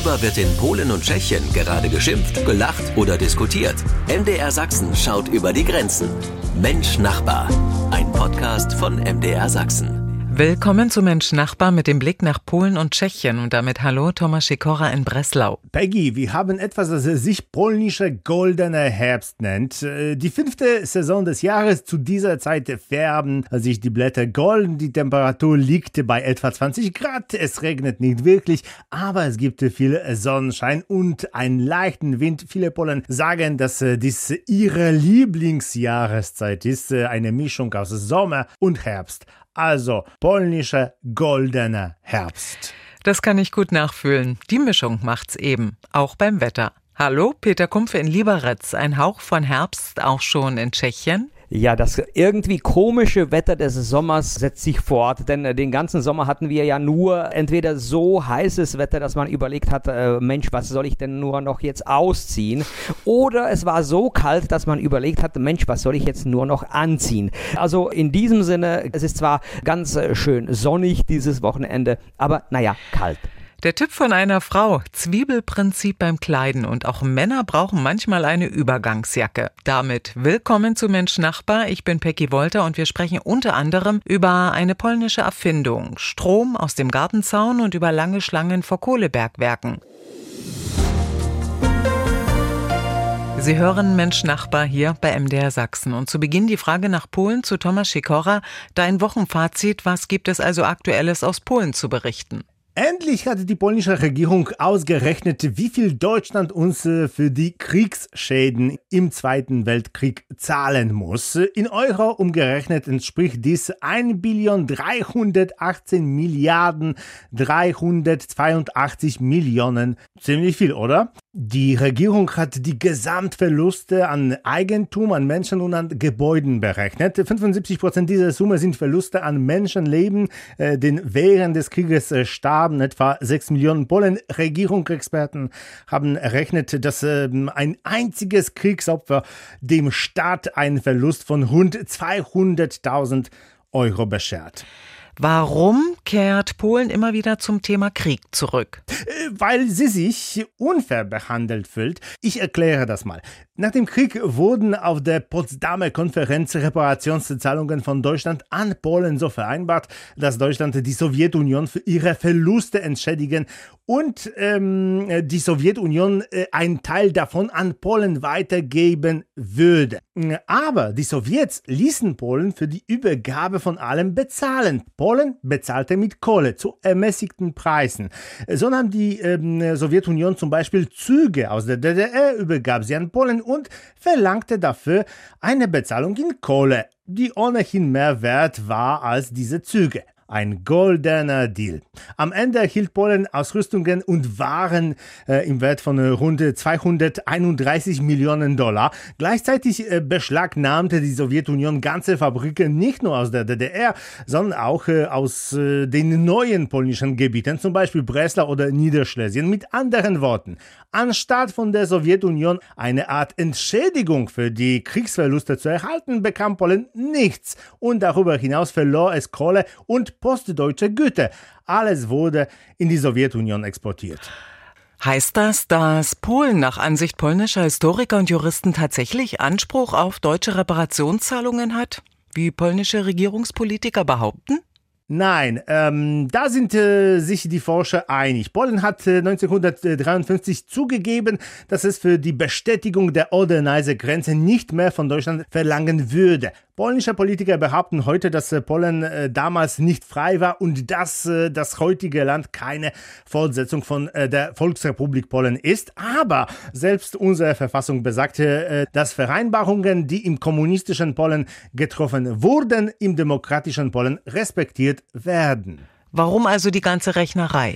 Worüber wird in Polen und Tschechien gerade geschimpft, gelacht oder diskutiert? MDR Sachsen schaut über die Grenzen. Mensch Nachbar, ein Podcast von MDR Sachsen. Willkommen zu Mensch Nachbar mit dem Blick nach Polen und Tschechien und damit hallo Thomas Sikora in Breslau. Peggy, wir haben etwas, das sich polnischer goldener Herbst nennt. Die 5. Saison des Jahres. Zu dieser Zeit färben sich die Blätter golden. Die Temperatur liegt bei etwa 20 Grad. Es regnet nicht wirklich, aber es gibt viel Sonnenschein und einen leichten Wind. Viele Polen sagen, dass dies ihre Lieblingsjahreszeit ist. Eine Mischung aus Sommer und Herbst. Also polnischer goldener Herbst. Das kann ich gut nachfühlen. Die Mischung macht's eben, auch beim Wetter. Hallo, Peter Kumpfe in Liberec. Ein Hauch von Herbst auch schon in Tschechien? Ja, das irgendwie komische Wetter des Sommers setzt sich fort, denn den ganzen Sommer hatten wir ja nur entweder so heißes Wetter, dass man überlegt hat, Mensch, was soll ich denn nur noch jetzt ausziehen? Oder es war so kalt, dass man überlegt hat, Mensch, was soll ich jetzt nur noch anziehen? Also in diesem Sinne, es ist zwar ganz schön sonnig dieses Wochenende, aber naja, kalt. Der Tipp von einer Frau, Zwiebelprinzip beim Kleiden und auch Männer brauchen manchmal eine Übergangsjacke. Damit willkommen zu Mensch Nachbar, ich bin Peggy Wolter und wir sprechen unter anderem über eine polnische Erfindung, Strom aus dem Gartenzaun und über lange Schlangen vor Kohlebergwerken. Sie hören Mensch Nachbar hier bei MDR Sachsen. Und zu Beginn die Frage nach Polen zu Thomas Sikora. Dein Wochenfazit, was gibt es also Aktuelles aus Polen zu berichten? Endlich hat die polnische Regierung ausgerechnet, wie viel Deutschland uns für die Kriegsschäden im Zweiten Weltkrieg zahlen muss. In Euro umgerechnet entspricht dies 1.318.382.000.000. Ziemlich viel, oder? Die Regierung hat die Gesamtverluste an Eigentum, an Menschen und an Gebäuden berechnet. 75% dieser Summe sind Verluste an Menschenleben, denn während des Krieges starben etwa 6 Millionen Polen. Regierungsexperten haben errechnet, dass ein einziges Kriegsopfer dem Staat einen Verlust von rund 200.000 Euro beschert. Warum kehrt Polen immer wieder zum Thema Krieg zurück? Weil sie sich unfair behandelt fühlt. Ich erkläre das mal. Nach dem Krieg wurden auf der Potsdamer Konferenz Reparationszahlungen von Deutschland an Polen so vereinbart, dass Deutschland die Sowjetunion für ihre Verluste entschädigen und die Sowjetunion einen Teil davon an Polen weitergeben würde. Aber die Sowjets ließen Polen für die Übergabe von allem bezahlen. Polen bezahlte mit Kohle zu ermäßigten Preisen. So nahm die Sowjetunion zum Beispiel Züge aus der DDR, übergab sie an Polen und verlangte dafür eine Bezahlung in Kohle, die ohnehin mehr wert war als diese Züge. Ein goldener Deal. Am Ende erhielt Polen Ausrüstungen und Waren im Wert von rund 231 Millionen Dollar. Gleichzeitig beschlagnahmte die Sowjetunion ganze Fabriken nicht nur aus der DDR, sondern auch aus den neuen polnischen Gebieten, zum Beispiel Breslau oder Niederschlesien. Mit anderen Worten, anstatt von der Sowjetunion eine Art Entschädigung für die Kriegsverluste zu erhalten, bekam Polen nichts. Und darüber hinaus verlor es Kohle und postdeutsche Güter. Alles wurde in die Sowjetunion exportiert. Heißt das, dass Polen nach Ansicht polnischer Historiker und Juristen tatsächlich Anspruch auf deutsche Reparationszahlungen hat, wie polnische Regierungspolitiker behaupten? Nein, da sind sich die Forscher einig. Polen hat 1953 zugegeben, dass es für die Bestätigung der Oder-Neiße-Grenze nicht mehr von Deutschland verlangen würde. Polnische Politiker behaupten heute, dass Polen damals nicht frei war und dass das heutige Land keine Fortsetzung von der Volksrepublik Polen ist. Aber selbst unsere Verfassung besagte, dass Vereinbarungen, die im kommunistischen Polen getroffen wurden, im demokratischen Polen respektiert werden. Warum also die ganze Rechnerei?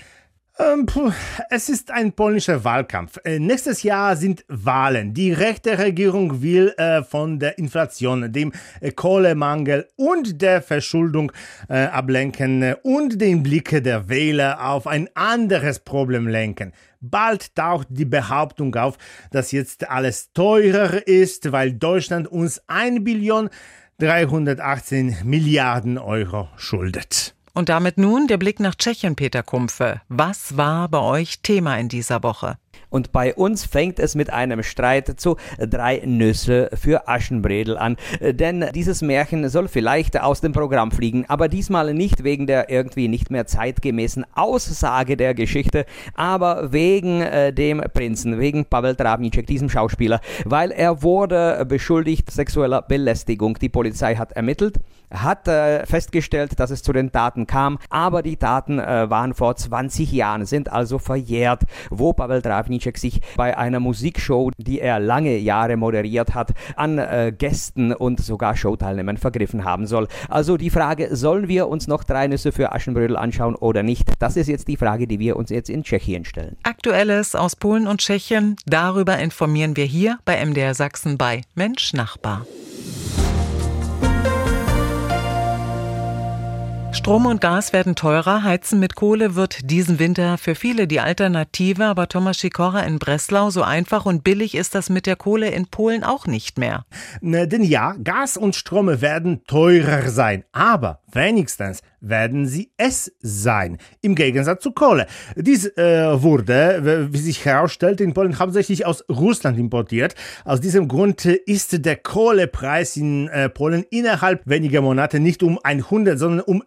Es ist ein polnischer Wahlkampf. Nächstes Jahr sind Wahlen. Die rechte Regierung will von der Inflation, dem Kohlemangel und der Verschuldung ablenken und den Blick der Wähler auf ein anderes Problem lenken. Bald taucht die Behauptung auf, dass jetzt alles teurer ist, weil Deutschland uns 1.318 Milliarden Euro schuldet. Und damit nun der Blick nach Tschechien, Peter Kumpfe. Was war bei euch Thema in dieser Woche? Und bei uns fängt es mit einem Streit zu 3 Nüsse für Aschenbrödel an. Denn dieses Märchen soll vielleicht aus dem Programm fliegen, aber diesmal nicht wegen der irgendwie nicht mehr zeitgemäßen Aussage der Geschichte, aber wegen dem Prinzen, wegen Pavel Travníček, diesem Schauspieler, weil er wurde beschuldigt sexueller Belästigung. Die Polizei hat ermittelt, hat festgestellt, dass es zu den Taten kam, aber die Taten waren vor 20 Jahren, sind also verjährt, wo Pavel Travníček sich bei einer Musikshow, die er lange Jahre moderiert hat, an Gästen und sogar Showteilnehmern vergriffen haben soll. Also die Frage, sollen wir uns noch 3 Nüsse für Aschenbrödel anschauen oder nicht? Das ist jetzt die Frage, die wir uns jetzt in Tschechien stellen. Aktuelles aus Polen und Tschechien, darüber informieren wir hier bei MDR Sachsen bei Mensch Nachbar. Strom und Gas werden teurer, Heizen mit Kohle wird diesen Winter für viele die Alternative, aber Tomasz Sikora in Breslau, so einfach und billig ist das mit der Kohle in Polen auch nicht mehr. Denn ja, Gas und Strom werden teurer sein, aber wenigstens werden sie es sein, im Gegensatz zu Kohle. Dies wurde, wie sich herausstellt, in Polen hauptsächlich aus Russland importiert. Aus diesem Grund ist der Kohlepreis in Polen innerhalb weniger Monate nicht um 100, sondern um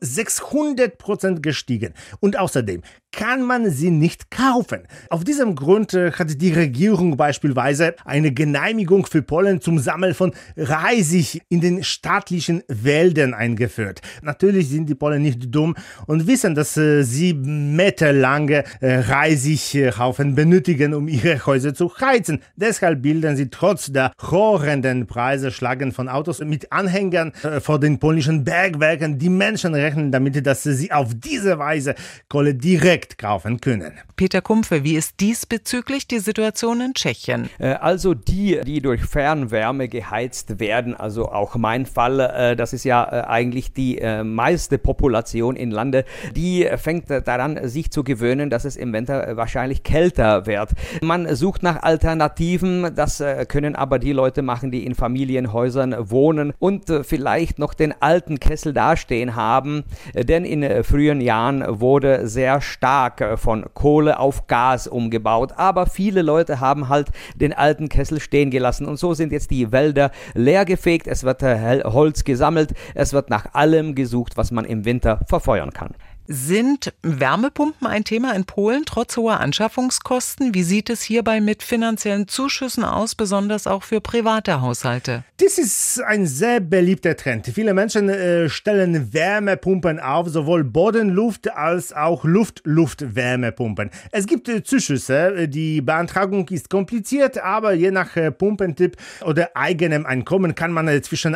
600% gestiegen. Und außerdem kann man sie nicht kaufen. Auf diesem Grund hat die Regierung beispielsweise eine Genehmigung für Polen zum Sammeln von Reisig in den staatlichen Wäldern eingeführt. Natürlich sind die Polen nicht dumm und wissen, dass sie meterlange Reisighaufen benötigen, um ihre Häuser zu heizen. Deshalb bilden sie trotz der horrenden Preise Schlagen von Autos mit Anhängern vor den polnischen Bergwerken. Die Menschen rechnen damit, dass sie auf diese Weise Kohle direkt kaufen können. Peter Kumpfe, wie ist diesbezüglich die Situation in Tschechien? Also die durch Fernwärme geheizt werden, also auch mein Fall, das ist ja eigentlich die meiste Population im Lande, die fängt daran, sich zu gewöhnen, dass es im Winter wahrscheinlich kälter wird. Man sucht nach Alternativen, das können aber die Leute machen, die in Familienhäusern wohnen und vielleicht noch den alten Kessel dastehen haben, denn in frühen Jahren wurde sehr stark von Kohle auf Gas umgebaut, aber viele Leute haben halt den alten Kessel stehen gelassen und so sind jetzt die Wälder leergefegt, es wird Holz gesammelt, es wird nach allem gesucht, was man im Winter verfeuern kann. Sind Wärmepumpen ein Thema in Polen trotz hoher Anschaffungskosten? Wie sieht es hierbei mit finanziellen Zuschüssen aus, besonders auch für private Haushalte? Das ist ein sehr beliebter Trend. Viele Menschen stellen Wärmepumpen auf, sowohl Bodenluft als auch Luft-Wärmepumpen. Es gibt Zuschüsse. Die Beantragung ist kompliziert, aber je nach Pumpentyp oder eigenem Einkommen kann man zwischen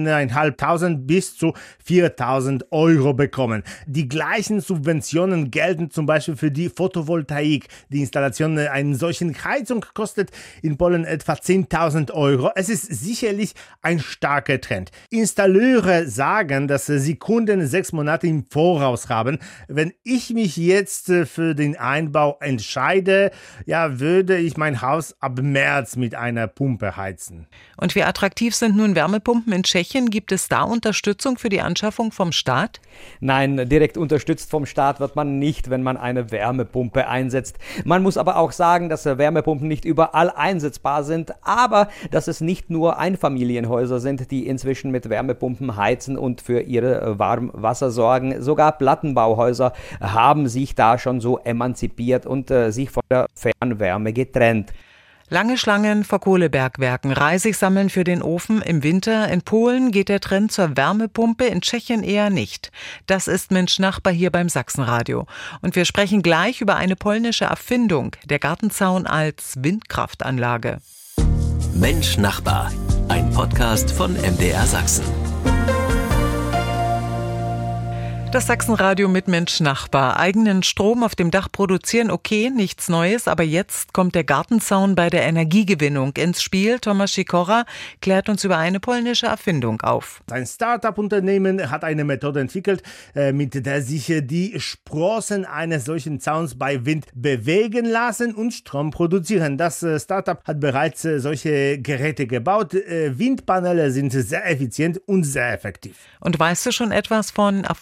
1.500 bis zu 4.000 Euro bekommen. Die gleichen Subventionen gelten zum Beispiel für die Photovoltaik. Die Installation einer solchen Heizung kostet in Polen etwa 10.000 Euro. Es ist sicherlich ein starker Trend. Installateure sagen, dass sie Kunden 6 Monate im Voraus haben. Wenn ich mich jetzt für den Einbau entscheide, würde ich mein Haus ab März mit einer Pumpe heizen. Und wie attraktiv sind nun Wärmepumpen in Tschechien? Gibt es da Unterstützung für die Anschaffung vom Staat? Nein, direkt unterstützt vom Staat wird man nicht, wenn man eine Wärmepumpe einsetzt. Man muss aber auch sagen, dass Wärmepumpen nicht überall einsetzbar sind, aber dass es nicht nur Einfamilienhäuser sind, die inzwischen mit Wärmepumpen heizen und für ihre Warmwasser sorgen. Sogar Plattenbauhäuser haben sich da schon so emanzipiert und sich von der Fernwärme getrennt. Lange Schlangen vor Kohlebergwerken, Reisig sammeln für den Ofen im Winter. In Polen geht der Trend zur Wärmepumpe, in Tschechien eher nicht. Das ist Mensch Nachbar hier beim Sachsenradio. Und wir sprechen gleich über eine polnische Erfindung, der Gartenzaun als Windkraftanlage. Mensch Nachbar, ein Podcast von MDR Sachsen. Das Sachsenradio mit Mensch Nachbar. Eigenen Strom auf dem Dach produzieren, okay, nichts Neues, aber jetzt kommt der Gartenzaun bei der Energiegewinnung ins Spiel. Tomasz Sikora klärt uns über eine polnische Erfindung auf. Ein Start-up-Unternehmen hat eine Methode entwickelt, mit der sich die Sprossen eines solchen Zauns bei Wind bewegen lassen und Strom produzieren. Das Start-up hat bereits solche Geräte gebaut. Windpaneele sind sehr effizient und sehr effektiv. Und weißt du schon etwas von erfolgreichen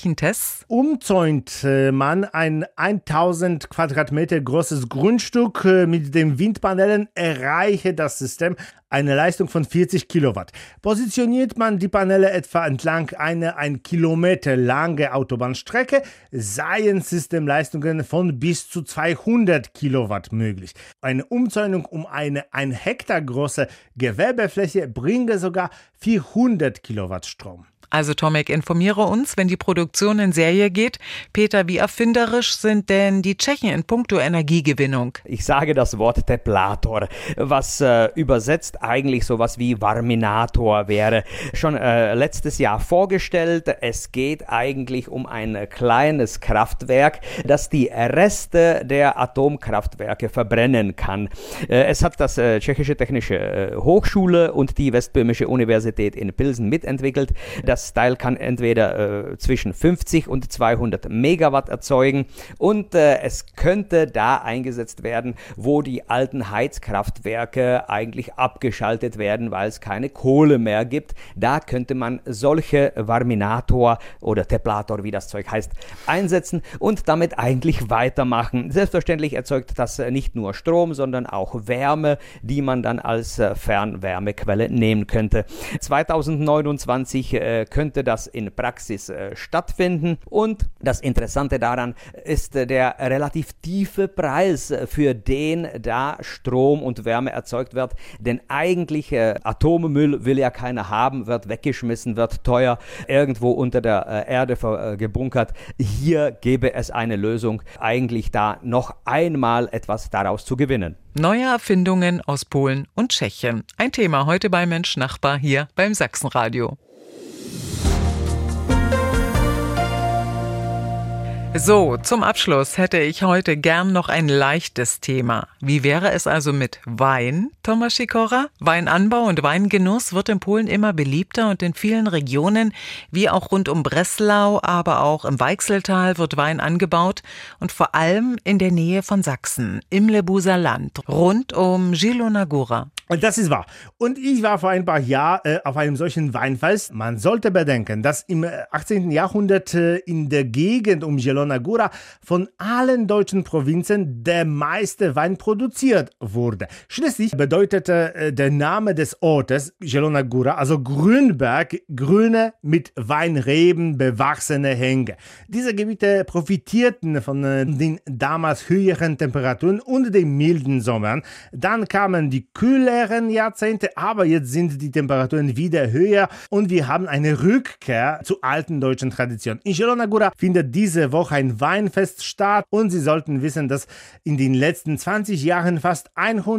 Flächentests? Umzäunt man ein 1000 Quadratmeter großes Grundstück mit den Windpanelen, erreiche das System eine Leistung von 40 Kilowatt. Positioniert man die Paneele etwa entlang einer 1 Kilometer lange Autobahnstrecke, seien Systemleistungen von bis zu 200 Kilowatt möglich. Eine Umzäunung um eine 1 Hektar große Gewerbefläche bringe sogar 400 Kilowatt Strom. Also Tomek, informiere uns, wenn die Produktion in Serie geht. Peter, wie erfinderisch sind denn die Tschechen in puncto Energiegewinnung? Ich sage das Wort Teplator, was übersetzt eigentlich sowas wie Varminator wäre. Schon letztes Jahr vorgestellt. Es geht eigentlich um ein kleines Kraftwerk, das die Reste der Atomkraftwerke verbrennen kann. Es hat das Tschechische Technische Hochschule und die Westböhmische Universität in Pilsen mitentwickelt. Das Teil kann entweder zwischen 50 und 200 Megawatt erzeugen und es könnte da eingesetzt werden, wo die alten Heizkraftwerke eigentlich abgeschaltet werden, weil es keine Kohle mehr gibt. Da könnte man solche Varminator oder Teplator, wie das Zeug heißt, einsetzen und damit eigentlich weitermachen. Selbstverständlich erzeugt das nicht nur Strom, sondern auch Wärme, die man dann als Fernwärmequelle nehmen könnte. 2029 könnte das in Praxis stattfinden und das Interessante daran ist der relativ tiefe Preis, für den da Strom und Wärme erzeugt wird, denn eigentlich Atommüll will ja keiner haben, wird weggeschmissen, wird teuer, irgendwo unter der Erde gebunkert. Hier gäbe es eine Lösung, eigentlich da noch einmal etwas daraus zu gewinnen. Neue Erfindungen aus Polen und Tschechien. Ein Thema heute bei Mensch Nachbar hier beim Sachsenradio. So, zum Abschluss hätte ich heute gern noch ein leichtes Thema. Wie wäre es also mit Wein, Tomasz Sikora? Weinanbau und Weingenuss wird in Polen immer beliebter und in vielen Regionen, wie auch rund um Breslau, aber auch im Weichseltal wird Wein angebaut und vor allem in der Nähe von Sachsen, im Lebuser Land, rund um Zielona Góra. Und das ist wahr. Und ich war vor ein paar Jahren auf einem solchen Weinfest. Man sollte bedenken, dass im 18. Jahrhundert in der Gegend um Zielona Góra von allen deutschen Provinzen der meiste Wein produziert wurde. Schließlich bedeutete der Name des Ortes Zielona Góra, also Grünberg, grüne mit Weinreben bewachsene Hänge. Diese Gebiete profitierten von den damals höheren Temperaturen und den milden Sommern. Dann kamen die kühleren Jahrzehnte, aber jetzt sind die Temperaturen wieder höher und wir haben eine Rückkehr zu alten deutschen Traditionen. In Zielona Góra findet diese Woche ein Weinfest statt und Sie sollten wissen, dass in den letzten 20 Jahren fast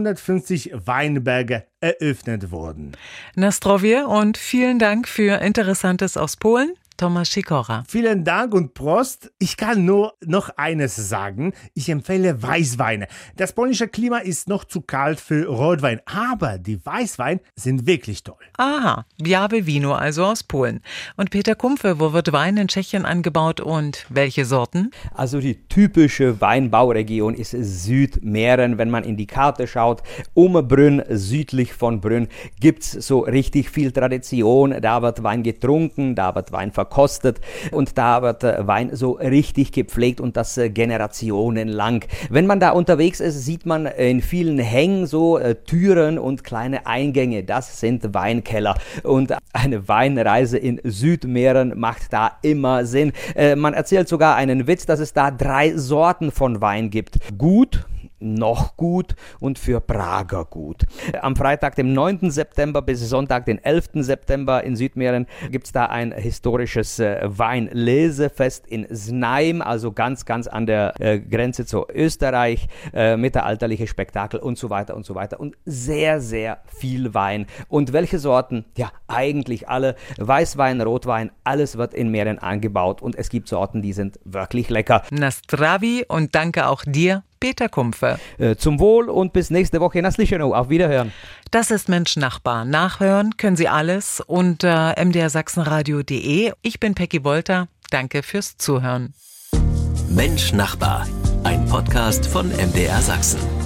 150 Weinberge eröffnet wurden. Na zdrowie und vielen Dank für Interessantes aus Polen. Tomasz Sikora. Vielen Dank und Prost. Ich kann nur noch eines sagen. Ich empfehle Weißweine. Das polnische Klima ist noch zu kalt für Rotwein, aber die Weißweine sind wirklich toll. Aha, Białe Wino also aus Polen. Und Peter Kumpfe, wo wird Wein in Tschechien angebaut und welche Sorten? Also die typische Weinbauregion ist Südmähren. Wenn man in die Karte schaut, um Brünn, südlich von Brünn, gibt's so richtig viel Tradition. Da wird Wein getrunken, da wird Wein verkostet und da wird Wein so richtig gepflegt und das generationenlang. Wenn man da unterwegs ist, sieht man in vielen Hängen so Türen und kleine Eingänge. Das sind Weinkeller und eine Weinreise in Südmähren macht da immer Sinn. Man erzählt sogar einen Witz, dass es da 3 Sorten von Wein gibt. Gut, noch gut und für Prager gut. Am Freitag, dem 9. September bis Sonntag, den 11. September in Südmähren gibt es da ein historisches Weinlesefest in Znaim, also ganz an der Grenze zu Österreich, mittelalterliche Spektakel und so weiter und so weiter und sehr, sehr viel Wein. Und welche Sorten? Ja, eigentlich alle. Weißwein, Rotwein, alles wird in Mähren angebaut und es gibt Sorten, die sind wirklich lecker. Na zdrowie und danke auch dir, Peter Kumpfe. Zum Wohl und bis nächste Woche. Na slyšenou. Auf Wiederhören. Das ist Mensch Nachbar. Nachhören können Sie alles unter mdrsachsenradio.de. Ich bin Peggy Wolter. Danke fürs Zuhören. Mensch Nachbar. Ein Podcast von MDR Sachsen.